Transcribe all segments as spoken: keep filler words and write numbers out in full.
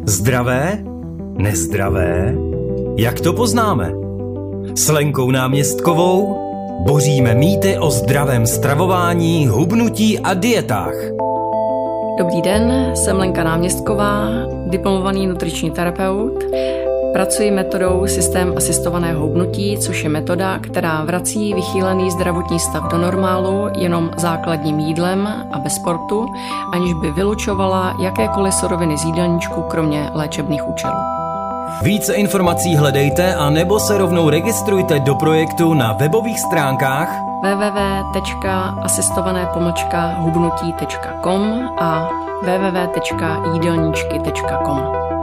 Zdravé? Nezdravé? Jak to poznáme? S Lenkou Náměstkovou boříme mýty o zdravém stravování, hubnutí a dietách. Dobrý den, jsem Lenka Náměstková, diplomovaný nutriční terapeut. Pracuji metodou systém asistovaného hubnutí, což je metoda, která vrací vychýlený zdravotní stav do normálu jenom základním jídlem a bez sportu, aniž by vylučovala jakékoliv suroviny z jídelníčku, kromě léčebných účelů. Více informací hledejte a nebo se rovnou registrujte do projektu na webových stránkách w w w tečka asistované pomlčka hubnutí tečka com a w w w tečka jídelníčky tečka com.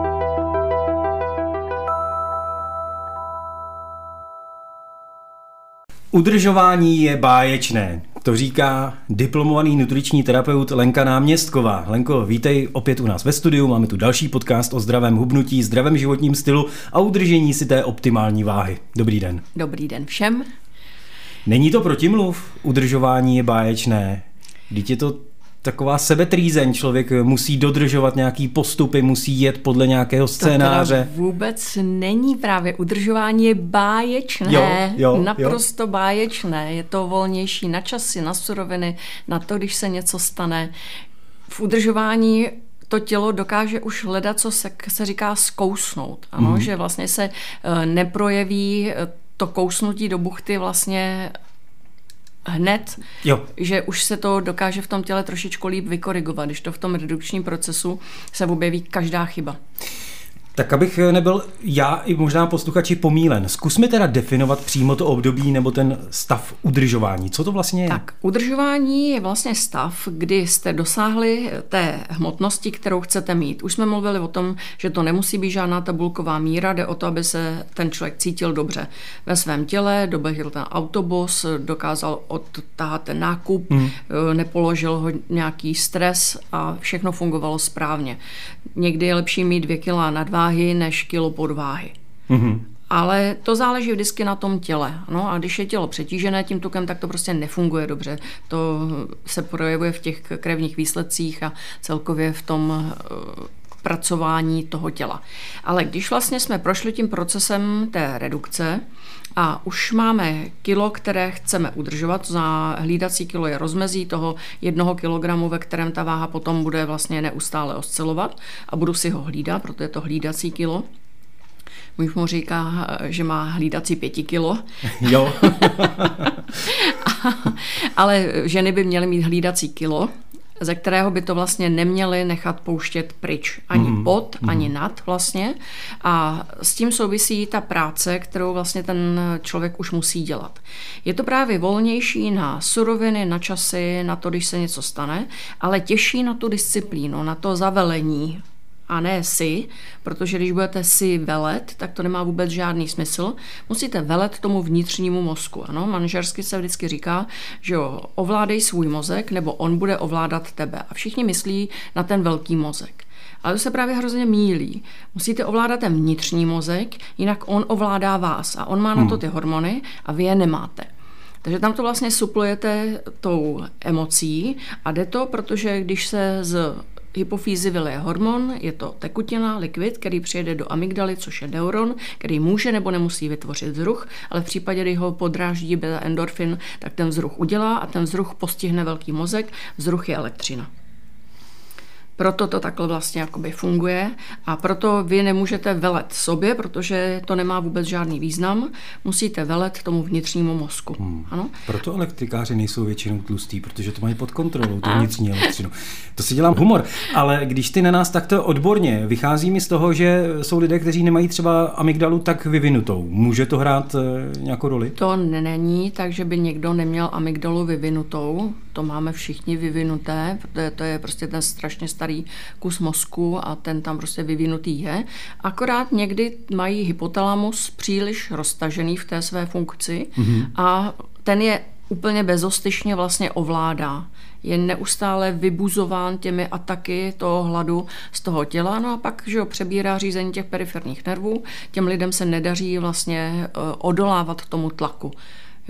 Udržování je báječné. To říká diplomovaný nutriční terapeut Lenka Náměstková. Lenko, vítej opět u nás ve studiu. Máme tu další podcast o zdravém hubnutí, zdravém životním stylu a udržení si té optimální váhy. Dobrý den. Dobrý den všem. Není to protimluv? Udržování je báječné. Vždyť je to taková sebetrýzeň. Člověk musí dodržovat nějaký postupy, musí jet podle nějakého scénáře. To vůbec není právě. Udržování je báječné. Jo, jo, naprosto jo. báječné. Je to volnější na časy, na suroviny, na to, když se něco stane. V udržování to tělo dokáže už hledat, co se, se říká zkousnout. Ano, mm. že vlastně se neprojeví to kousnutí do buchty vlastně hned, jo. že už se to dokáže v tom těle trošičku líp vykorigovat, když to v tom redukčním procesu se objeví každá chyba. Tak abych nebyl já i možná posluchači pomílen, zkusme teda definovat přímo to období nebo ten stav udržování. Co to vlastně je? Tak, udržování je vlastně stav, kdy jste dosáhli té hmotnosti, kterou chcete mít. Už jsme mluvili o tom, že to nemusí být žádná tabulková míra, jde o to, aby se ten člověk cítil dobře ve svém těle, doběhl ten autobus, dokázal odtahat ten nákup, hmm. nepoložil ho nějaký stres a všechno fungovalo správně. Někdy je lepší mít dvě kila nadváhy než kilo podváhy. Mm-hmm. Ale to záleží vždycky na tom těle. No a když je tělo přetížené tím tukem, tak to prostě nefunguje dobře. To se projevuje v těch krevních výsledcích a celkově v tom pracování toho těla. Ale když vlastně jsme prošli tím procesem té redukce a už máme kilo, které chceme udržovat, to znamená hlídací kilo je rozmezí toho jednoho kilogramu, ve kterém ta váha potom bude vlastně neustále oscilovat a budu si ho hlídat, proto je to hlídací kilo. Můj mu říká, že má hlídací pěti kilo. Jo. Ale ženy by měly mít hlídací kilo, ze kterého by to vlastně neměli nechat pouštět pryč. Ani mm. pod, mm. ani nad vlastně. A s tím souvisí ta práce, kterou vlastně ten člověk už musí dělat. Je to právě volnější na suroviny, na časy, na to, když se něco stane, ale těžší na tu disciplínu, na to zavelení. A ne si, protože když budete si velet, tak to nemá vůbec žádný smysl. Musíte velet tomu vnitřnímu mozku. Ano, manžersky se vždycky říká, že jo, ovládej svůj mozek, nebo on bude ovládat tebe. A všichni myslí na ten velký mozek. Ale to se právě hrozně mýlí. Musíte ovládat ten vnitřní mozek, jinak on ovládá vás. A on má hmm. na to ty hormony a vy je nemáte. Takže tam to vlastně suplujete tou emocí a jde to, protože když se z hypofýzy vyleje hormon, je to tekutina, likvid, který přijede do amygdaly, což je neuron, který může nebo nemusí vytvořit vzruch, ale v případě, kdy ho podráždí beta-endorfin, tak ten vzruch udělá a ten vzruch postihne velký mozek, vzruch je elektřina. Proto to takhle vlastně jakoby funguje a proto vy nemůžete velet sobě, protože to nemá vůbec žádný význam. Musíte velet tomu vnitřnímu mozku. Hmm. Ano? Proto elektrikáři nejsou většinou tlustý, protože to mají pod kontrolou, tu vnitřní elektřinu. To si dělám humor, ale když ty na nás takto odborně, vychází mi z toho, že jsou lidé, kteří nemají třeba amygdalu tak vyvinutou. Může to hrát e, nějakou roli? To není tak, že by někdo neměl amygdalu vyvinutou. To máme všichni vyvinuté, protože to je prostě ten strašně starý kus mozku a ten tam prostě vyvinutý je. Akorát někdy mají hypotalamus příliš roztažený v té své funkci mm-hmm. a ten je úplně bezostyšně vlastně ovládá. Je neustále vybuzován těmi ataky toho hladu z toho těla, no a pak že ho, přebírá řízení těch periferních nervů. Těm lidem se nedaří vlastně odolávat tomu tlaku.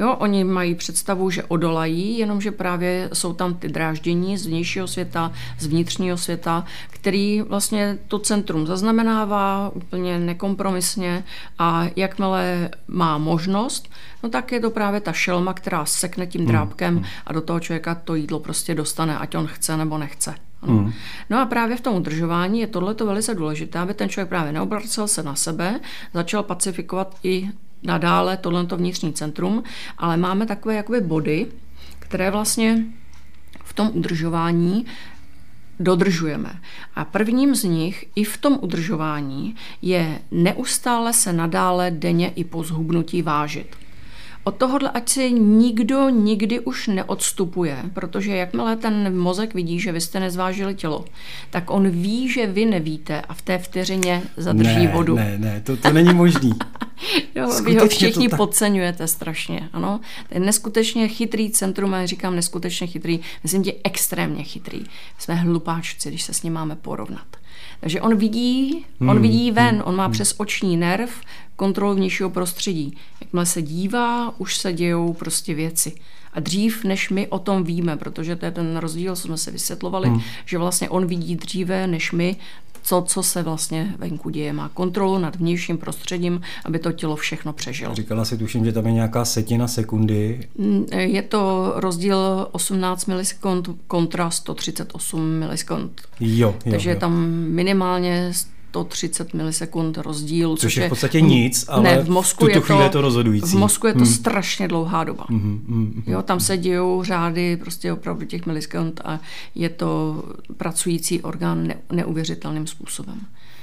Jo, oni mají představu, že odolají, jenomže právě jsou tam ty dráždění z vnějšího světa, z vnitřního světa, který vlastně to centrum zaznamenává úplně nekompromisně a jakmile má možnost, no tak je to právě ta šelma, která sekne tím drápkem hmm. a do toho člověka to jídlo prostě dostane, ať on chce nebo nechce. Hmm. No a právě v tom udržování je tohleto velice důležité, aby ten člověk právě neobracel se na sebe, začal pacifikovat i nadále tohleto vnitřní centrum, ale máme takové jakoby body, které vlastně v tom udržování dodržujeme. A prvním z nich i v tom udržování je neustále se nadále denně i po zhubnutí vážit. Od tohohle ať si nikdo nikdy už neodstupuje, protože jakmile ten mozek vidí, že vy jste nezvážili tělo, tak on ví, že vy nevíte a v té vteřině zadrží ne, vodu. Ne, ne, to, to není možný. Jo, vy ho všichni tak... podceňujete strašně. Ano? To je neskutečně chytrý centrum, a říkám neskutečně chytrý, myslím tě extrémně chytrý. Jsme hlupáčci, když se s ním máme porovnat. Takže on vidí, hmm, on vidí ven, hmm, on má hmm. přes oční nerv kontrolu vnějšího prostředí. Jakmile se dívá, už se dějou prostě věci. A dřív, než my o tom víme, protože to je ten rozdíl, co jsme se vysvětlovali, hmm. že vlastně on vidí dříve, než my, co, co se vlastně venku děje. Má kontrolu nad vnějším prostředím, aby to tělo všechno přežilo. Říkala si, tuším, že tam je nějaká setina sekundy. Je to rozdíl osmnáct milisekund kontra sto třicet osm milisekund. Jo, jo, Takže jo. je tam minimálně sto třicet milisekund rozdíl. Což je v podstatě nic, ale ne, v, mozku v tuto je chvíli to, je to rozhodující. V mozku je to hmm. strašně dlouhá doba. Hmm, hmm, jo, tam se dějou řády prostě opravdu těch milisekund a je to pracující orgán ne, neuvěřitelným způsobem.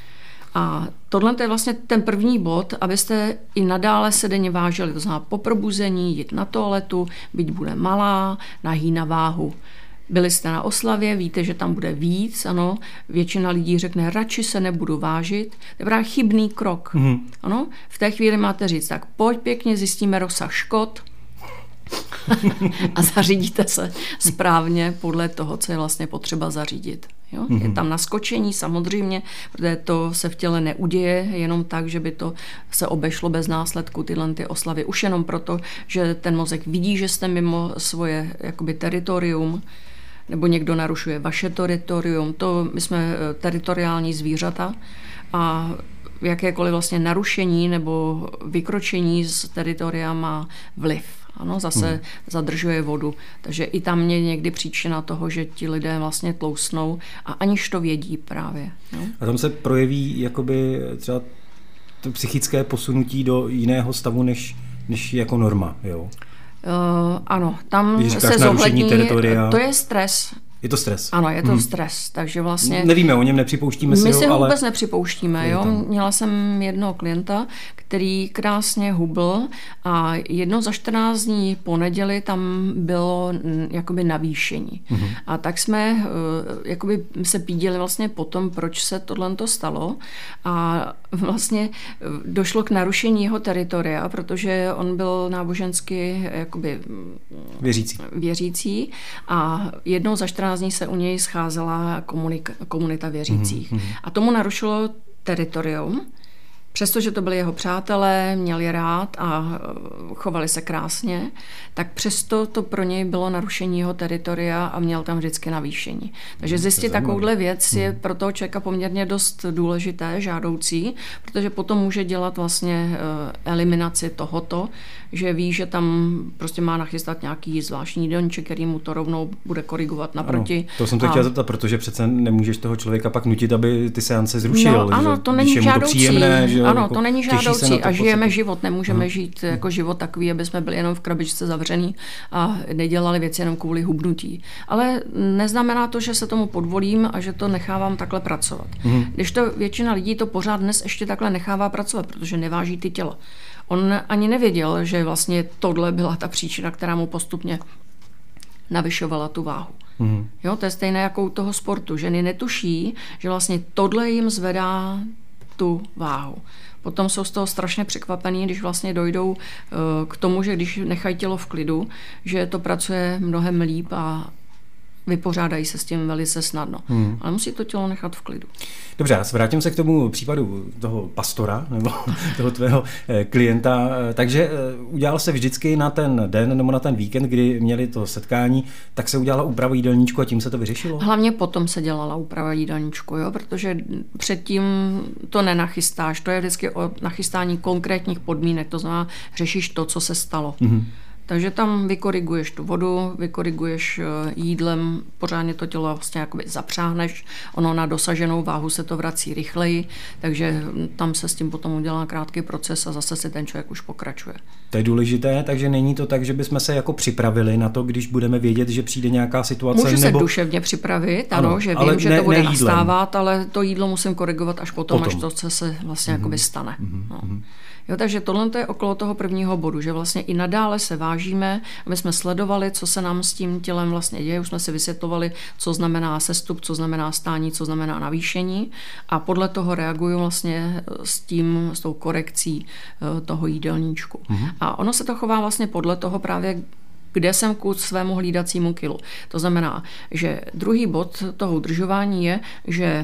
A tohle je vlastně ten první bod, abyste i nadále se denně vážili. To znamená po probuzení jít na toaletu, byť bude malá, nahý na váhu. Byli jste na oslavě, víte, že tam bude víc, ano. Většina lidí řekne, radši se nebudu vážit. To je právě chybný krok. Mm. Ano. V té chvíli máte říct, tak pojď pěkně, zjistíme rozsah škod a zařídíte se správně podle toho, co je vlastně potřeba zařídit. Jo? Mm-hmm. Je tam naskočení samozřejmě, protože to se v těle neuděje jenom tak, že by to se obešlo bez následku tyhle ty oslavy. Už jenom proto, že ten mozek vidí, že jste mimo svoje jakoby teritorium, nebo někdo narušuje vaše teritorium. To my jsme teritoriální zvířata a jakékoliv vlastně narušení nebo vykročení z teritoria má vliv. Ano, zase hmm. zadržuje vodu. Takže i tam je někdy příčina toho, že ti lidé vlastně tlousnou a aniž to vědí právě. No? A tam se projeví jakoby třeba to psychické posunutí do jiného stavu, než, než jako norma, jo? Uh, ano, tam se zohlední, to je stres. Je to stres. Ano, je to hmm. stres, takže vlastně... Nevíme, o něm nepřipouštíme si My ho, si ho ale... vůbec nepřipouštíme, jo. Měla jsem jednoho klienta, který krásně hubl a jednou za čtrnáct dní po neděli tam bylo jakoby navýšení. Hmm. A tak jsme jakoby se pídili vlastně potom, proč se tohle stalo a vlastně došlo k narušení jeho teritoria, protože on byl nábožensky jakoby věřící. věřící a jednou za čtrnáct dní se u něj scházela komunika, komunita věřících. Mm-hmm. A tomu narušilo teritorium, přestože to byli jeho přátelé, měli je rád a chovali se krásně, tak přesto to pro něj bylo narušení jeho teritoria a měl tam vždycky navýšení. Takže zjistit takovouhle věc je pro toho člověka poměrně dost důležité, žádoucí, protože potom může dělat vlastně eliminaci tohoto, že ví, že tam prostě má nachystat nějaký zvláštní donček, který mu to rovnou bude korigovat naproti. Ano, to jsem to a... chtěla zeptat, protože přece nemůžeš toho člověka pak nutit, aby ty seance zrušil. No, ano, že, to není žádoucí. To příjemné, že, ano, jako to není žádoucí a žijeme pocit. život. Nemůžeme ano. žít jako život takový, aby jsme byli jenom v krabičce zavřený a nedělali věci jenom kvůli hubnutí. Ale neznamená to, že se tomu podvolím a že to nechávám takhle pracovat. Mhm. Když to většina lidí to pořád dnes ještě takhle nechává pracovat, protože neváží ty těla. On ani nevěděl, že vlastně tohle byla ta příčina, která mu postupně navyšovala tu váhu. Mm. Jo, to je stejné jako u toho sportu. Ženy netuší, že vlastně tohle jim zvedá tu váhu. Potom jsou z toho strašně překvapený, když vlastně dojdou uh, k tomu, že když nechají tělo v klidu, že to pracuje mnohem líp a vypořádají se s tím velice snadno. Hmm. Ale musí to tělo nechat v klidu. Dobře, já se vrátím se k tomu případu toho pastora, nebo toho tvého klienta. Takže udělal se vždycky na ten den nebo na ten víkend, kdy měli to setkání, tak se udělala úprava jídelníčku a tím se to vyřešilo? Hlavně potom se dělala úprava jídelníčku, jo? Protože předtím to nenachystáš. To je vždycky o nachystání konkrétních podmínek, to znamená, řešíš to, co se stalo. Mm-hmm. Takže tam vykoriguješ tu vodu, vykoriguješ jídlem, pořádně to tělo vlastně jakoby zapřáhneš, ono na dosaženou váhu se to vrací rychleji, takže tam se s tím potom udělá krátký proces a zase si ten člověk už pokračuje. To je důležité, takže není to tak, že bychom se jako připravili na to, když budeme vědět, že přijde nějaká situace. Můžu nebo... se duševně připravit, ano, ano že vím, že ne, to bude nastávat, ale to jídlo musím korigovat až potom, potom. až to, co se vlastně mm-hmm. jakoby stane. Mm-hmm. No. Jo, takže tohle je okolo toho prvního bodu, že vlastně i nadále se vážíme, aby jsme sledovali, co se nám s tím tělem vlastně děje. Už jsme si vysvětlovali, co znamená sestup, co znamená stání, co znamená navýšení a podle toho reaguju vlastně s tím, s tou korekcí toho jídelníčku. Mm-hmm. A ono se to chová vlastně podle toho právě, kde jsem ku svému hlídacímu kilu. To znamená, že druhý bod toho udržování je, že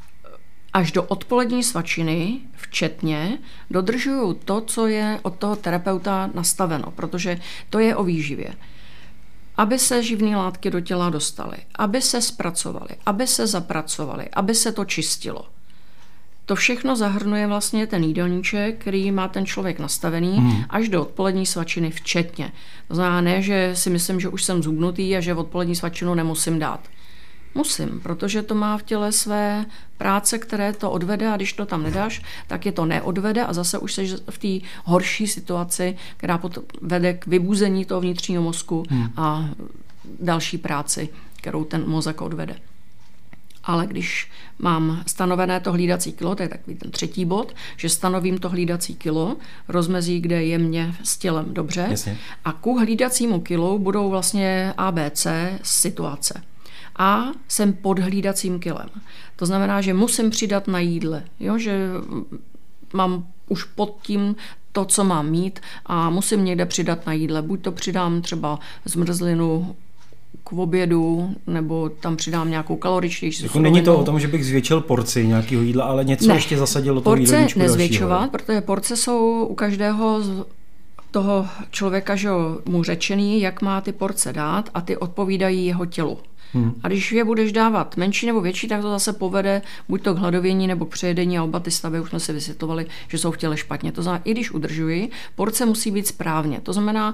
až do odpolední svačiny včetně dodržuju to, co je od toho terapeuta nastaveno, protože to je o výživě. Aby se živné látky do těla dostaly, aby se zpracovaly, aby se zapracovaly, aby se to čistilo. To všechno zahrnuje vlastně ten jídelníček, který má ten člověk nastavený hmm. až do odpolední svačiny včetně. To znamená ne, že si myslím, že už jsem zhubnutý a že odpolední svačinu nemusím dát. Musím, protože to má v těle své práce, které to odvede a když to tam nedáš, tak je to neodvede a zase už jsi v té horší situaci, která vede k vybuzení toho vnitřního mozku hmm. a další práci, kterou ten mozek odvede. Ale když mám stanovené to hlídací kilo, to je takový ten třetí bod, že stanovím to hlídací kilo, rozmezí, kde je mě s tělem dobře. Jasně. A ku hlídacímu kilu budou vlastně A, B, C situace. A jsem pod hlídacím kilem. To znamená, že musím přidat na jídle, jo? Že mám už pod tím to, co mám mít a musím někde přidat na jídle. Buď to přidám třeba zmrzlinu k obědu, nebo tam přidám nějakou kaloričtější jako není to o tom, že bych zvětšil porci nějakého jídla, ale něco ne. ještě zasadil do toho jídelníčku dalšího. Porce nezvětšovat, protože porce jsou u každého toho člověka, že mu řečený, jak má ty porce dát a ty odpovídají jeho tělu. Hmm. A když je budeš dávat menší nebo větší, tak to zase povede buď to k hladovění nebo k přejedení a oba ty stavy už jsme si vysvětlovali, že jsou v těle špatně. To znamená, i když udržuji, porce musí být správně. To znamená,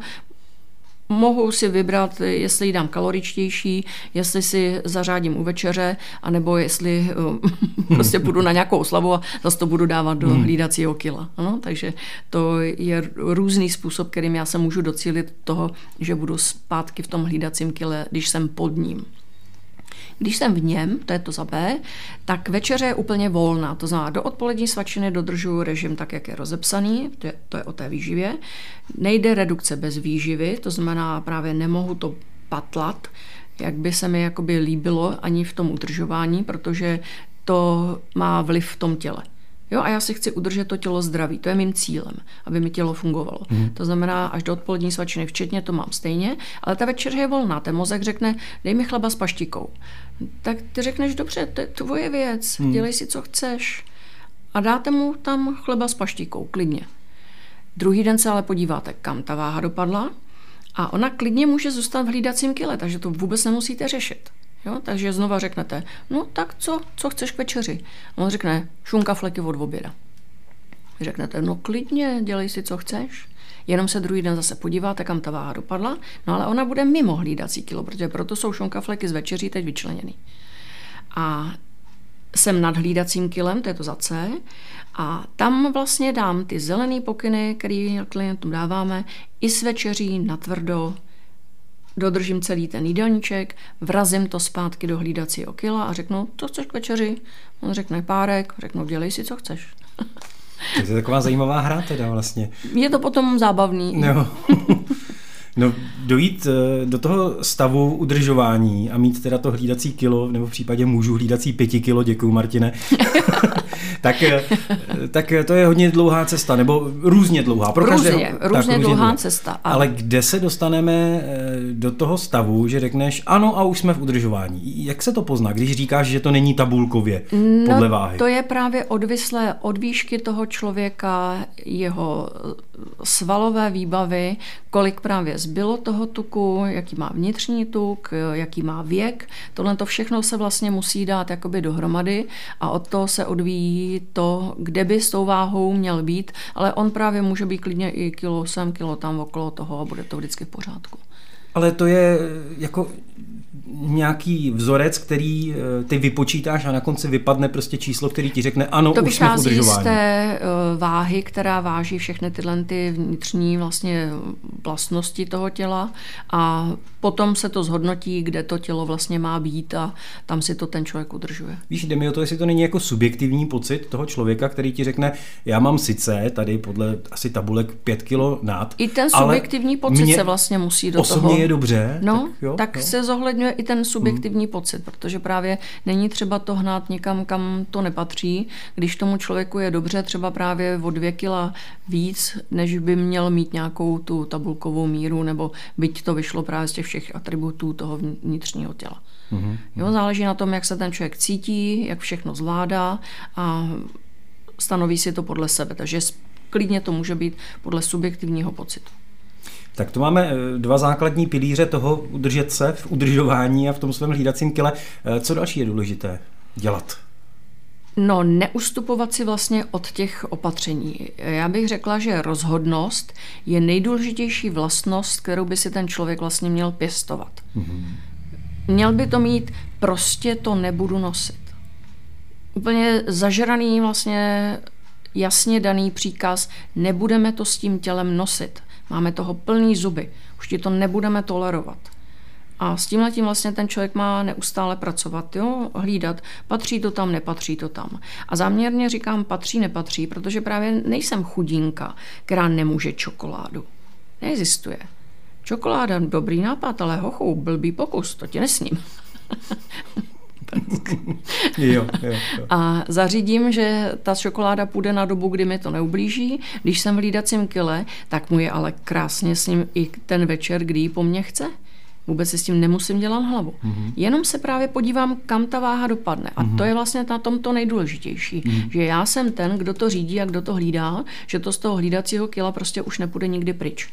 mohu si vybrat, jestli jí dám kaloričtější, jestli si zařádím u večeře, anebo jestli prostě půjdu na nějakou oslavu a zase to budu dávat do hlídacího kila. Ano, takže to je různý způsob, kterým já se můžu docílit toho, že budu zpátky v tom hlídacím kile, když jsem pod ním. Když jsem v něm, to je to za B, tak večeře je úplně volná. To znamená, do odpolední svačiny dodržuji režim tak, jak je rozepsaný, to je, to je o té výživě. Nejde redukce bez výživy, to znamená, právě nemohu to patlat, jak by se mi jakoby líbilo ani v tom udržování, protože to má vliv v tom těle. Jo, a já si chci udržet to tělo zdraví, to je mým cílem, aby mi tělo fungovalo. Mm. To znamená, až do odpolední svačiny včetně to mám stejně, ale ta večeře je volná, ten mozek řekne, dej mi chleba s paštikou. Tak ty řekneš, dobře, to je tvoje věc, mm. dělej si, co chceš. A dáte mu tam chleba s paštikou, klidně. Druhý den se ale podíváte, kam ta váha dopadla a ona klidně může zůstat v hlídacím kile, takže to vůbec nemusíte řešit. Jo, takže znova řeknete, no tak co, co chceš k večeři? On řekne, šunka fleky od oběda. Řeknete, no klidně, dělej si, co chceš. Jenom se druhý den zase podíváte, kam ta váha dopadla, no ale ona bude mimo hlídací kilo, protože proto jsou šunka fleky z večeří teď vyčleněny. A jsem nad hlídacím kilem, to je to za C, a tam vlastně dám ty zelený pokyny, které klientům dáváme, i s večeří natvrdo, dodržím celý ten jídelníček, vrazím to zpátky do hlídacího kila a řeknu, co chceš k večeři? On řekne párek, řeknu, dělej si, co chceš. To je taková zajímavá hra teda vlastně. Je to potom zábavný. Jo. No, dojít do toho stavu udržování a mít teda to hlídací kilo, nebo v případě mužů hlídací pěti kilo, děkuju Martine, tak, tak to je hodně dlouhá cesta, nebo různě dlouhá. Pro různě, každého, různě, tak, různě dlouhá dlouhá cesta. Ale. ale kde se dostaneme do toho stavu, že řekneš ano a už jsme v udržování? Jak se to pozná, když říkáš, že to není tabulkově podle váhy? No, to je právě odvislé od výšky toho člověka, jeho svalové výbavy, kolik právě zbylo toho tuku, jaký má vnitřní tuk, jaký má věk. Tohle to všechno se vlastně musí dát jakoby dohromady a od toho se odvíjí to, kde by s tou váhou měl být, ale on právě může být klidně i kilo sem, kilo tam okolo toho a bude to vždycky v pořádku. Ale to je jako nějaký vzorec, který ty vypočítáš a na konci vypadne prostě číslo, který ti řekne ano, to už jsme v udržování. To vychází z té váhy, která váží všechny tyhle ty vnitřní vlastně vlastnosti toho těla a potom se to zhodnotí, kde to tělo vlastně má být a tam si to ten člověk udržuje. Víš, jde mi o to, jestli to není jako subjektivní pocit toho člověka, který ti řekne, já mám sice tady podle asi tabulek pět kilo nad. I ten subjektivní pocit se vlastně musí do osobně toho. Osobně je dobře. No, tak, jo, tak jo. se zohledňuje i ten subjektivní hmm. pocit, protože právě není třeba to hnát někam, kam to nepatří, když tomu člověku je dobře třeba právě o dvě kila víc, než by měl mít nějakou tu tabulkovou míru, nebo byť to vyšlo právě z těch všech atributů toho vnitřního těla. Hmm. Jo, záleží na tom, jak se ten člověk cítí, jak všechno zvládá a stanoví si to podle sebe, takže klidně to může být podle subjektivního pocitu. Tak to máme dva základní pilíře toho udržet se v udržování a v tom svém hlídacím kile. Co další je důležité dělat? No, neustupovat si vlastně od těch opatření. Já bych řekla, že rozhodnost je nejdůležitější vlastnost, kterou by si ten člověk vlastně měl pěstovat. Mm-hmm. Měl by to mít, prostě to nebudu nosit. Úplně zažraný vlastně jasně daný příkaz, nebudeme to s tím tělem nosit. Máme toho plný zuby, už ti to nebudeme tolerovat. A s tímhletím vlastně ten člověk má neustále pracovat, jo? Hlídat, patří to tam, nepatří to tam. A záměrně říkám patří, nepatří, protože právě nejsem chudinka, která nemůže čokoládu. Neexistuje. Čokoláda, dobrý nápad, ale hochu, blbý pokus, to ti nesním. jo, jo, jo. A zařídím, že ta čokoláda půjde na dobu, kdy mi to neublíží. Když jsem v hlídacím kile, tak mu je ale krásně s ním i ten večer, kdy ji po mně chce. Vůbec si s tím nemusím dělat hlavu. Mm-hmm. Jenom se právě podívám, kam ta váha dopadne. A mm-hmm. to je vlastně na tom to nejdůležitější. Mm-hmm. Že já jsem ten, kdo to řídí a kdo to hlídá, že to z toho hlídacího kila prostě už nepůjde nikdy pryč.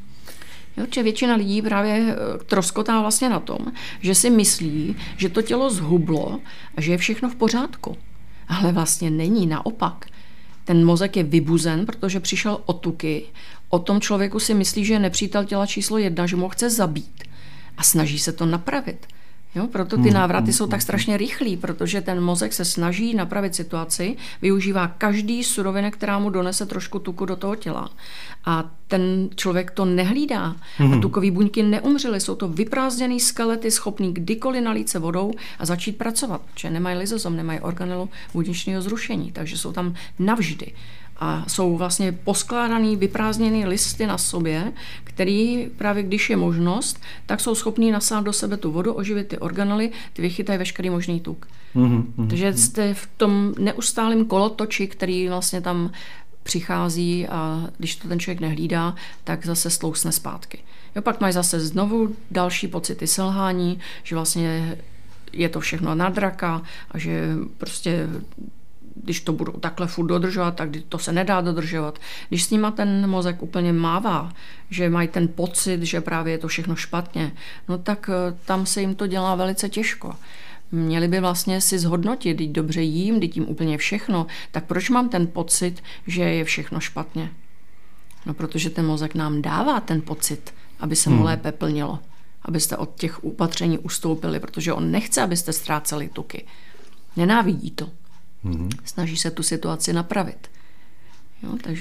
Jo, že většina lidí právě troskotá vlastně na tom, že si myslí, že to tělo zhublo a že je všechno v pořádku. Ale vlastně není, naopak. Ten mozek je vybuzen, protože přišel o tuky. O tom člověku si myslí, že je nepřítel těla číslo jedna, že mu chce zabít. A snaží se to napravit. Jo, proto ty návraty jsou tak strašně rychlý, protože ten mozek se snaží napravit situaci, využívá každý surovinek, která mu donese trošku tuku do toho těla. A ten člověk to nehlídá. A tukové buňky neumřely, jsou to vyprázdněný skelety, schopný kdykoliv nalít se vodou a začít pracovat, protože nemají lyzozom, nemají organelu buněčného zrušení, takže jsou tam navždy. A jsou vlastně poskládaný, vyprázdněný listy na sobě, který právě když je možnost, tak jsou schopní nasát do sebe tu vodu, oživit ty organely, ty vychytají veškerý možný tuk. Mm-hmm, Takže jste v tom neustálém kolotoči, který vlastně tam přichází a když to ten člověk nehlídá, tak zase slousne zpátky. Jo, pak mají zase znovu další pocity selhání, že vlastně je to všechno na draka a že prostě když to budou takhle furt dodržovat, tak to se nedá dodržovat. Když s nima ten mozek úplně mává, že mají ten pocit, že právě je to všechno špatně, no tak tam se jim to dělá velice těžko. Měli by vlastně si zhodnotit, když dobře jím, když jím úplně všechno, tak proč mám ten pocit, že je všechno špatně? No protože ten mozek nám dává ten pocit, aby se mu hmm. lépe plnilo, abyste od těch opatření ustoupili, protože on nechce, abyste ztráceli tuky. Nenávidí to. Mm-hmm. Snaží se tu situaci napravit. Jo, takže...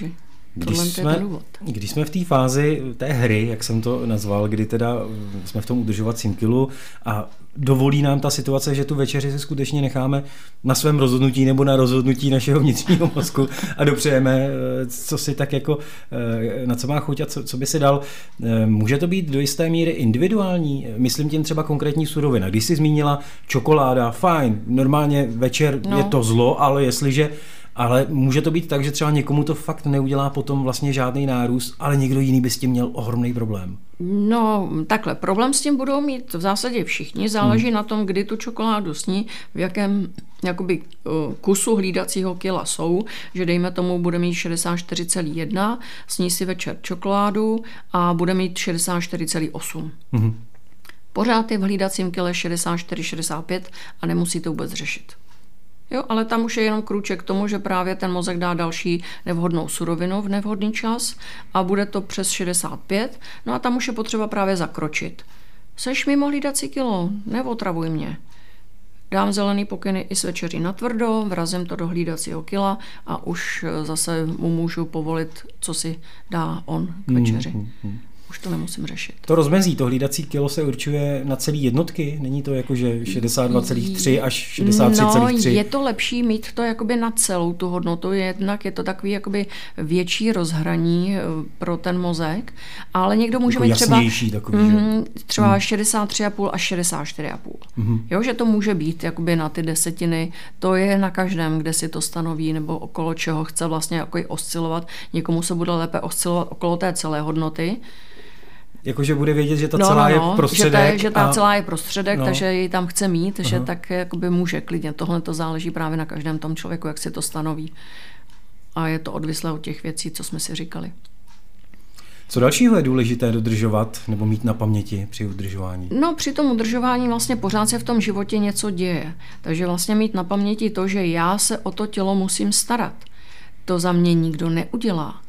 Když jsme, když jsme v té fázi té hry, jak jsem to nazval, kdy teda jsme v tom udržovacím kilu a dovolí nám ta situace, že tu večeři si skutečně necháme na svém rozhodnutí nebo na rozhodnutí našeho vnitřního mozku a dopřejeme, co si tak jako, na co má chuť a co, co by si dal. Může to být do jisté míry individuální? Myslím tím třeba konkrétní surovina. Když jsi zmínila čokoláda, fajn, normálně večer no. je to zlo, ale jestliže Ale může to být tak, že třeba někomu to fakt neudělá potom vlastně žádný nárůst, ale někdo jiný by s tím měl ohromný problém. No takhle, problém s tím budou mít v zásadě všichni, záleží hmm. na tom, kdy tu čokoládu sní, v jakém jakoby kusu hlídacího kila jsou, že dejme tomu bude mít šedesát čtyři celá jedna, sní si večer čokoládu a bude mít šedesát čtyři celá osm. Hmm. Pořád je v hlídacím kile šedesát čtyři šedesát pět a nemusí to vůbec řešit. Jo, ale tam už je jenom krůček k tomu, že právě ten mozek dá další nevhodnou surovinu v nevhodný čas a bude to přes šedesát pět, no a tam už je potřeba právě zakročit. Seš mimo hlídací kilo, neotravuj mě. Dám zelený pokyny i s večeří na tvrdo, vrazím to do hlídacího kila a už zase mu můžu povolit, co si dá on k večeři. Mm, mm, mm. Už to nemusím řešit. To rozmezí, to hlídací kilo se určuje na celý jednotky? Není to jako, že šedesát dva celá tři až šedesát tři celá tři? No, je to lepší mít to jakoby na celou tu hodnotu, jednak je to takový jakoby větší rozhraní pro ten mozek, ale někdo může jako mít třeba, takový, mm, třeba mm. šedesát tři celá pět až šedesát čtyři celá pět. Mm. Jo, že to může být jakoby na ty desetiny, to je na každém, kde si to stanoví nebo okolo čeho chce vlastně jako oscilovat. Někomu se bude lépe oscilovat okolo té celé hodnoty. Jakože bude vědět, že ta no, celá no, je prostředek. Že ta, že ta a... celá je prostředek, no. takže ji tam chce mít, Aha. že tak jakoby může klidně. Tohle to záleží právě na každém tom člověku, jak si to stanoví. A je to odvislé od těch věcí, co jsme si říkali. Co dalšího je důležité dodržovat nebo mít na paměti při udržování? No při tom udržování vlastně pořád se v tom životě něco děje. Takže vlastně mít na paměti to, že já se o to tělo musím starat. To za mě nikdo neudělá.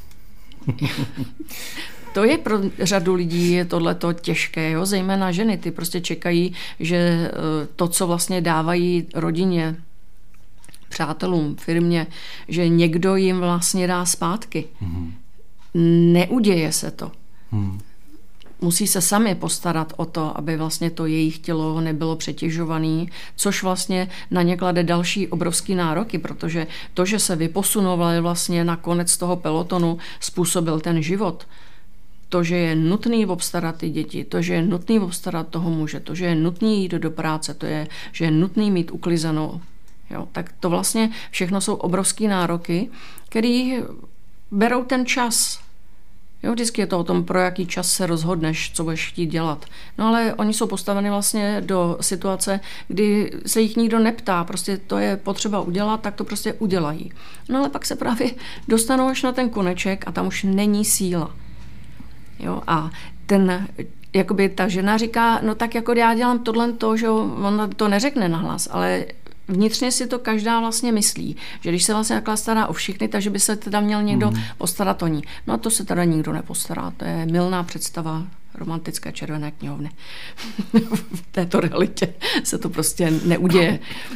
To je pro řadu lidí je tohleto těžké, jo? Zejména ženy, ty prostě čekají, že to, co vlastně dávají rodině, přátelům, firmě, že někdo jim vlastně dá zpátky. Hmm. Neuděje se to. Hmm. Musí se sami postarat o to, aby vlastně to jejich tělo nebylo přetěžované, což vlastně na ně klade další obrovský nároky, protože to, že se vyposunovali vlastně na konec toho pelotonu, způsobil ten život. To, že je nutný obstarat ty děti, to, že je nutný obstarat toho muže, to, že je nutný jít do práce, to je, že je nutný mít uklizenou. Jo, tak to vlastně všechno jsou obrovský nároky, který berou ten čas. Jo, vždycky je to o tom, pro jaký čas se rozhodneš, co budeš chtít dělat. No ale oni jsou postaveni vlastně do situace, kdy se jich nikdo neptá, prostě to je potřeba udělat, tak to prostě udělají. No ale pak se právě dostanou až na ten koneček a tam už není síla. Jo, a ten, jakoby ta žena říká, no tak jako já dělám tohle to, že ona to neřekne nahlas, ale vnitřně si to každá vlastně myslí, že když se vlastně takhle stará o všechny, takže by se teda měl někdo mm. postarat o ní. No a to se teda nikdo nepostará, to je mylná představa romantické červené knihovny. V této realitě se to prostě neuděje.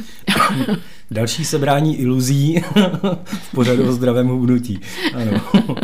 Další sebrání iluzí v pořadu o zdravém hubnutí. Ano.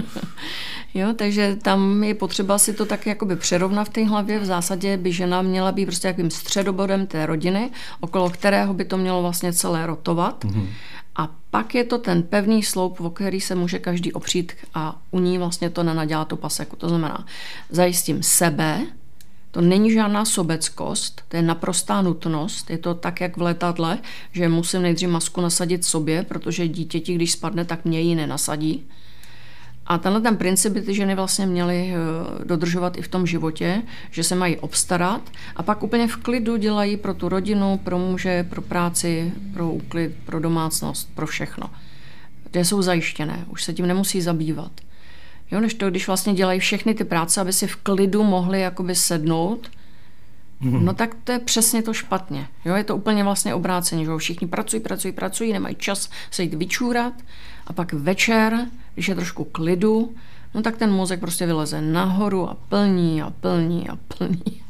Jo, takže tam je potřeba si to tak jakoby přerovnat v té hlavě. V zásadě by žena měla být prostě jakým středobodem té rodiny, okolo kterého by to mělo vlastně celé rotovat. Mm-hmm. A pak je to ten pevný sloup, o který se může každý opřít a u ní vlastně to nenadělá tu paseku. To znamená, zajistím sebe, to není žádná sobeckost, to je naprostá nutnost. Je to tak, jak v letadle, že musím nejdřív masku nasadit sobě, protože dítěti, když spadne, tak mě ji nenasadí. A tenhle ten princip by ty ženy vlastně měly dodržovat i v tom životě, že se mají obstarat a pak úplně v klidu dělají pro tu rodinu, pro muže, pro práci, pro úklid, pro domácnost, pro všechno. Kde jsou zajištěné, už se tím nemusí zabývat. Jo, než to, když vlastně dělají všechny ty práce, aby si v klidu mohli jakoby sednout, hmm. no tak to je přesně to špatně. Jo, je to úplně vlastně obráceně, že všichni pracují, pracují, pracují, nemají čas se jít vyčůrat a pak večer, když je trošku klidu, no tak ten mozek prostě vyleze nahoru a plní a plní a plní.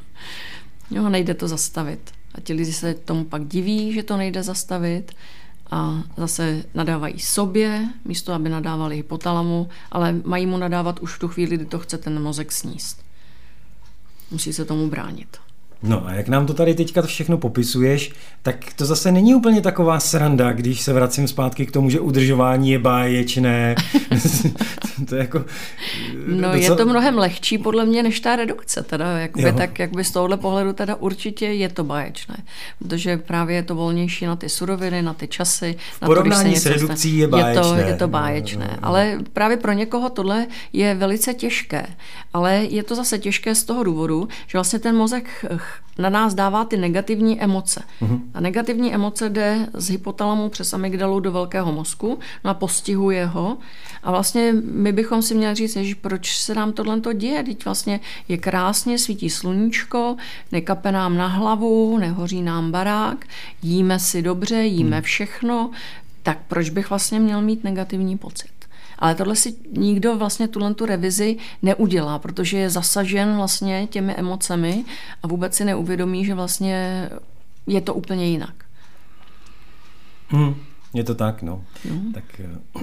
Jo, nejde to zastavit. A ti lidi se tomu pak diví, že to nejde zastavit a zase nadávají sobě, místo aby nadávali hypotalamu, ale mají mu nadávat už v tu chvíli, kdy to chce ten mozek sníst. Musí se tomu bránit. No a jak nám to tady teďka všechno popisuješ, tak to zase není úplně taková sranda, když se vracím zpátky k tomu, že udržování je báječné. To je jako... No docela... je to mnohem lehčí podle mě než ta redukce, teda jakoby, tak jakby z tohohle pohledu teda určitě je to báječné, protože právě je to volnější na ty suroviny, na ty časy. V na porovnání to, s redukcí je báječné. Je to, je to báječné, no, no. Ale právě pro někoho tohle je velice těžké, ale je to zase těžké z toho důvodu, že vlastně ten mozek na nás dává ty negativní emoce. Uh-huh. A negativní emoce jde z hypotalamu přes amygdalu do velkého mozku, no a postihuje ho. A vlastně my bychom si měli říct, že proč se nám tohle děje? Teď vlastně je krásně, svítí sluníčko, nekape nám na hlavu, nehoří nám barák, jíme si dobře, jíme uh-huh. všechno, tak proč bych vlastně měl mít negativní pocit? Ale tohle si nikdo vlastně tuhle tu revizi neudělá, protože je zasažen vlastně těmi emocemi a vůbec si neuvědomí, že vlastně je to úplně jinak. Hmm, je to tak, no. Hmm. Tak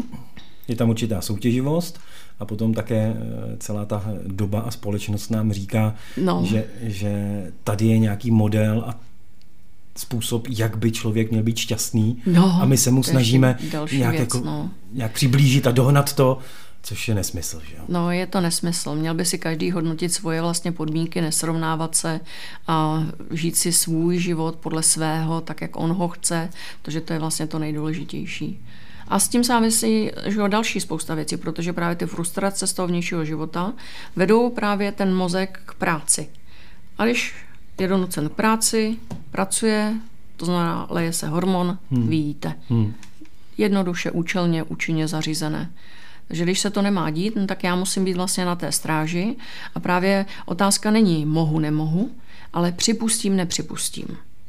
je tam určitá soutěživost a potom také celá ta doba a společnost nám říká, no. že, že tady je nějaký model a způsob, jak by člověk měl být šťastný no, a my se mu snažíme nějak, věc, jako, no. nějak přiblížit a dohnat to, což je nesmysl. Že jo? No, je to nesmysl. Měl by si každý hodnotit svoje vlastně podmínky, nesrovnávat se a žít si svůj život podle svého, tak jak on ho chce, protože to je vlastně to nejdůležitější. A s tím závisí že další spousta věcí, protože právě ty frustrace z toho vnějšího života vedou právě ten mozek k práci. A když je donucen k práci, pracuje, to znamená, leje se hormon, hmm. vy jíte. Hmm. Jednoduše, účelně, účinně zařízené. Takže když se to nemá dít, no, tak já musím být vlastně na té stráži a právě otázka není mohu, nemohu, ale připustím, nepřipustím.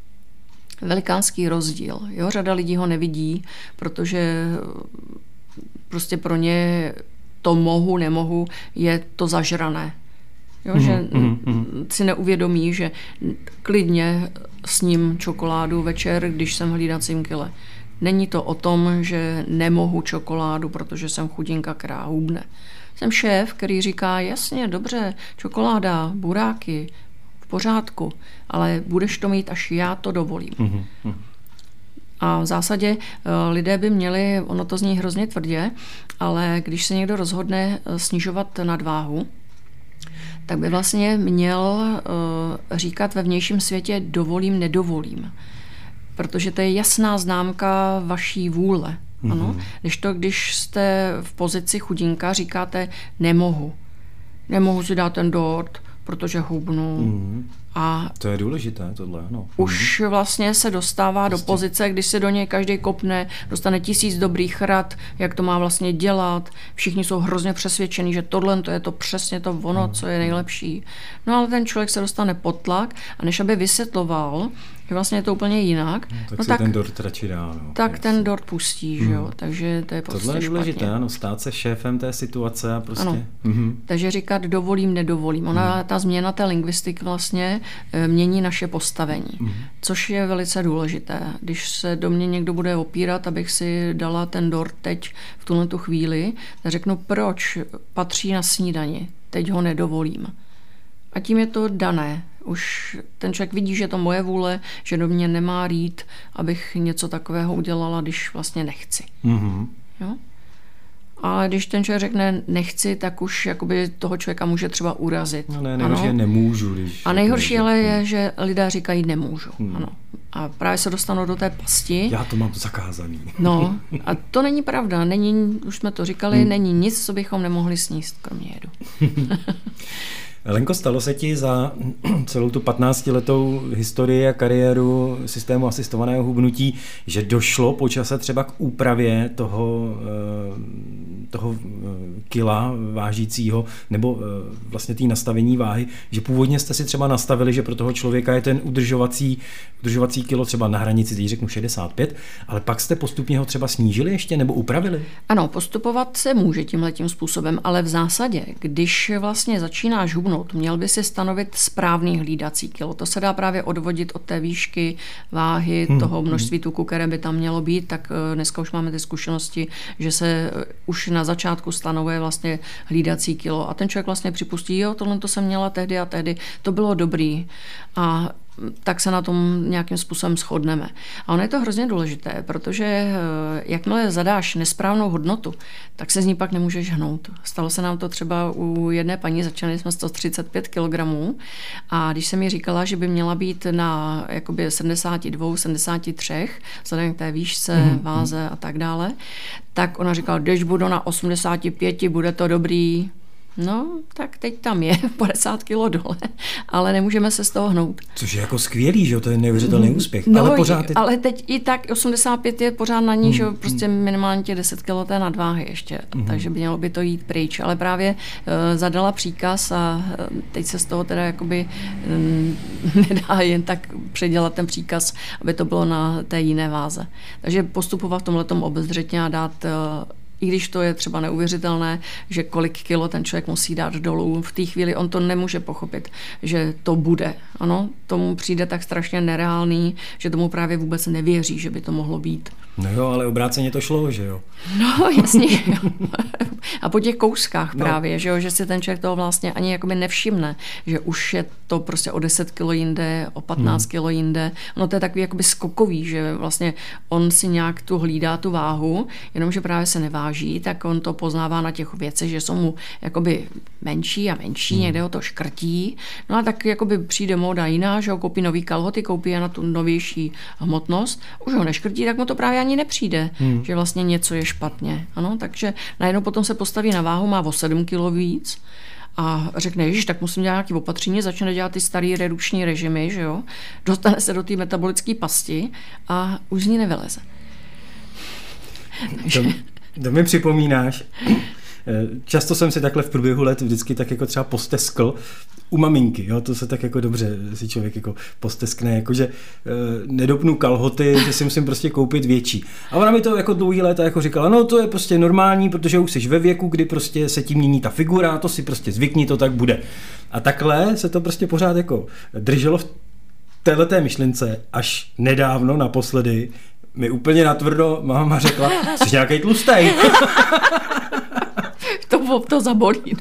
Velikánský rozdíl. Jo? Řada lidí ho nevidí, protože prostě pro ně to mohu, nemohu je to zažrané. Jo, mm, že mm, mm. si neuvědomí, že klidně sním čokoládu večer, když jsem v hlídacím kile. Není to o tom, že nemohu čokoládu, protože jsem chudinka, která hubne. Jsem šéf, který říká, jasně, dobře, čokoláda, buráky, v pořádku, ale budeš to mít, až já to dovolím. Mm, mm. A v zásadě lidé by měli, ono to zní hrozně tvrdě, ale když se někdo rozhodne snižovat nadváhu, tak by vlastně měl uh, říkat ve vnějším světě dovolím, nedovolím. Protože to je jasná známka vaší vůle. Mm-hmm. Ano? Když to, když jste v pozici chudinka, říkáte nemohu. Nemohu si dát ten dort, protože hubnu. Mm-hmm. A to je důležité, tohle. No. Už vlastně se dostává Prostě. do pozice, když se do něj každý kopne, dostane tisíc dobrých rad, jak to má vlastně dělat. Všichni jsou hrozně přesvědčení, že tohle to je to přesně to ono, co je nejlepší. No ale ten člověk se dostane pod tlak a než aby vysvětloval, že vlastně je to úplně jinak, no, tak no, si tak, ten dort radši dá. No, tak jasný. Ten dort pustí, hmm. že jo, takže to je prostě tohle je důležité, špatně. Ano, stát se šéfem té situace a prostě... Ano. Mm-hmm. Takže říkat dovolím, nedovolím. Ona, mm. ta změna té lingvistiky vlastně mění naše postavení, mm. což je velice důležité. Když se do mě někdo bude opírat, abych si dala ten dort teď v tuhle tu chvíli, tak řeknu, proč patří na snídani, teď ho nedovolím. A tím je to dané. Už ten člověk vidí, že je to moje vůle, že do mě nemá rýt, abych něco takového udělala, když vlastně nechci. Mm-hmm. Jo? Ale když ten člověk řekne nechci, tak už jakoby toho člověka může třeba urazit. No ne, nejhorší je nemůžu. Když a nejhorší ale je, že lidé říkají nemůžu. Hmm. Ano. A právě se dostanou do té pasti. Já to mám zakázaný. No a to není pravda. Není, už jsme to říkali, hmm. není nic, co bychom nemohli sníst, kromě jedu. Lenko, stalo se ti za celou tu patnáctiletou historii a kariéru systému asistovaného hubnutí, že došlo po čase třeba k úpravě toho, toho kila vážícího nebo vlastně té nastavení váhy, že původně jste si třeba nastavili, že pro toho člověka je ten udržovací, udržovací kilo třeba na hranici, teď řeknu šedesát pět, ale pak jste postupně ho třeba snížili ještě nebo upravili? Ano, postupovat se může tímhletím způsobem, ale v zásadě, když vlastně začínáš hubnout hubnout, měl by si stanovit správný hlídací kilo. To se dá právě odvodit od té výšky, váhy, hmm. toho množství tuku, které by tam mělo být, tak dneska už máme ty zkušenosti, že se už na začátku stanovuje vlastně hlídací kilo a ten člověk vlastně připustí, jo, tohle to jsem měla tehdy a tehdy, to bylo dobrý a tak se na tom nějakým způsobem shodneme. A ono je to hrozně důležité, protože jakmile zadáš nesprávnou hodnotu, tak se z ní pak nemůžeš hnout. Stalo se nám to třeba u jedné paní, začali jsme sto třicet pět kilogramů a když jsem jí říkala, že by měla být na jakoby sedmdesát dva, sedmdesát tři, vzhledem k té výšce, mm-hmm. váze a tak dále, tak ona říkala, když budu na osmdesát pět, bude to dobrý. No, tak teď tam je padesát kilo dole, ale nemůžeme se z toho hnout. Což je jako skvělý, že to je neuvěřitelný úspěch. No, ale, pořád je... ale teď i tak osmdesát pět je pořád na ní, hmm. že prostě minimálně těch deset kilo té nadváhy ještě, hmm. takže by mělo by to jít pryč. Ale právě uh, zadala příkaz a uh, teď se z toho teda jakoby um, nedá jen tak předělat ten příkaz, aby to bylo na té jiné váze. Takže postupovat v tomhletom obezřetně a dát uh, i když to je třeba neuvěřitelné, že kolik kilo ten člověk musí dát dolů, v té chvíli on to nemůže pochopit, že to bude. Ano, tomu přijde tak strašně nereálný, že tomu právě vůbec nevěří, že by to mohlo být. No jo, ale obráceně to šlo, že jo? No, jasně. A po těch kouskách no. právě, že jo, že si ten člověk toho vlastně ani jakoby nevšimne, že už je to prostě o deset kilo jinde, o patnáct hmm. kilo jinde. No to je takový jakoby skokový, že vlastně on si nějak tu hlídá tu váhu, jenomže právě se neváží, tak on to poznává na těch věcech, že jsou mu jakoby menší a menší, hmm. někde ho to škrtí. No a tak jakoby přijde móda jiná, že ho koupí nový kalhoty, koupí je na tu novější hmotnost, už ho neškrtí, tak mu to právě ani nepřijde, hmm. že vlastně něco je špatně. Ano, takže najednou potom se postaví na váhu, má o sedm kilo víc a řekne, ježiš, tak musím dělat nějaké opatření, začne dělat ty starý redukční režimy, že jo, dostane se do té metabolické pasti a už z ní nevyleze. To, to mi připomínáš. Často jsem si takhle v průběhu let vždycky tak jako třeba posteskl u maminky, jo, to se tak jako dobře si člověk jako posteskne, jakože e, nedopnu kalhoty, že si musím prostě koupit větší. A ona mi to jako dlouhý léta jako říkala, no to je prostě normální, protože už jsi ve věku, kdy prostě se tím mění ta figura, to si prostě zvykni, to tak bude. A takhle se to prostě pořád jako drželo v téhleté myšlence, až nedávno naposledy mi úplně natvrdo máma řekla, jsi nějakej tlustej. To, to zabolí.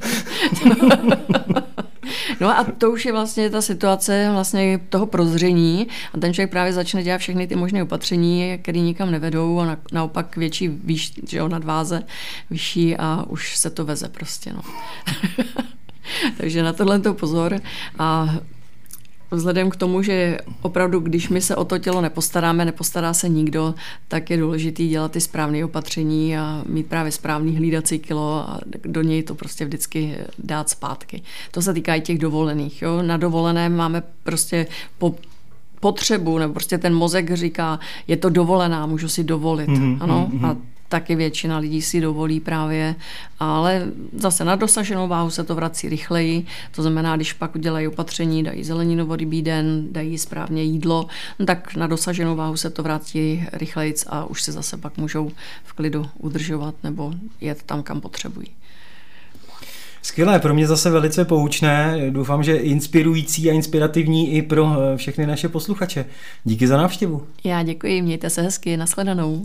No a to už je vlastně ta situace vlastně toho prozření a ten člověk právě začne dělat všechny ty možné opatření, které nikam nevedou a na, naopak větší výš, že jo, nadváze, vyšší a už se to veze prostě. No. Takže na tohle to pozor a vzhledem k tomu, že opravdu, když my se o to tělo nepostaráme, nepostará se nikdo, tak je důležité dělat ty správné opatření a mít právě správný hlídací kilo a do něj to prostě vždycky dát zpátky. To se týká i těch dovolených. Jo? Na dovolené máme prostě po potřebu, nebo prostě ten mozek říká, je to dovolená, můžu si dovolit. Mm-hmm, ano? Mm-hmm. A taky většina lidí si dovolí právě, ale zase na dosaženou váhu se to vrací rychleji, to znamená, když pak udělají opatření, dají zeleninovodobý den, dají správně jídlo, tak na dosaženou váhu se to vrátí rychleji a už si zase pak můžou v klidu udržovat nebo jet tam, kam potřebují. Skvělé, pro mě zase velice poučné, doufám, že inspirující a inspirativní i pro všechny naše posluchače. Díky za návštěvu. Já děkuji, mějte se hezky, nashledanou.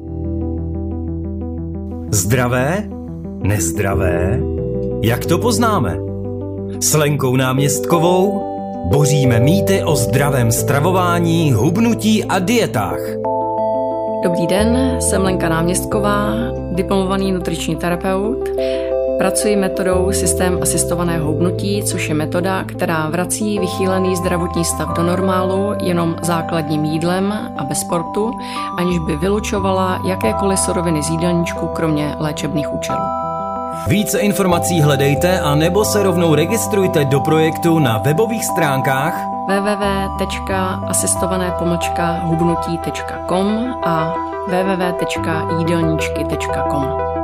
Zdravé? Nezdravé? Jak to poznáme? S Lenkou Náměstkovou boříme mýty o zdravém stravování, hubnutí a dietách. Dobrý den, jsem Lenka Náměstková, diplomovaný nutriční terapeut. Pracuji metodou systém asistovaného hubnutí, což je metoda, která vrací vychýlený zdravotní stav do normálu jenom základním jídlem a bez sportu, aniž by vylučovala jakékoliv suroviny z jídelníčku, kromě léčebných účelů. Více informací hledejte a nebo se rovnou registrujte do projektu na webových stránkách w w w tečka asistované pomlčka hubnutí tečka com a w w w tečka jídelníčky tečka com.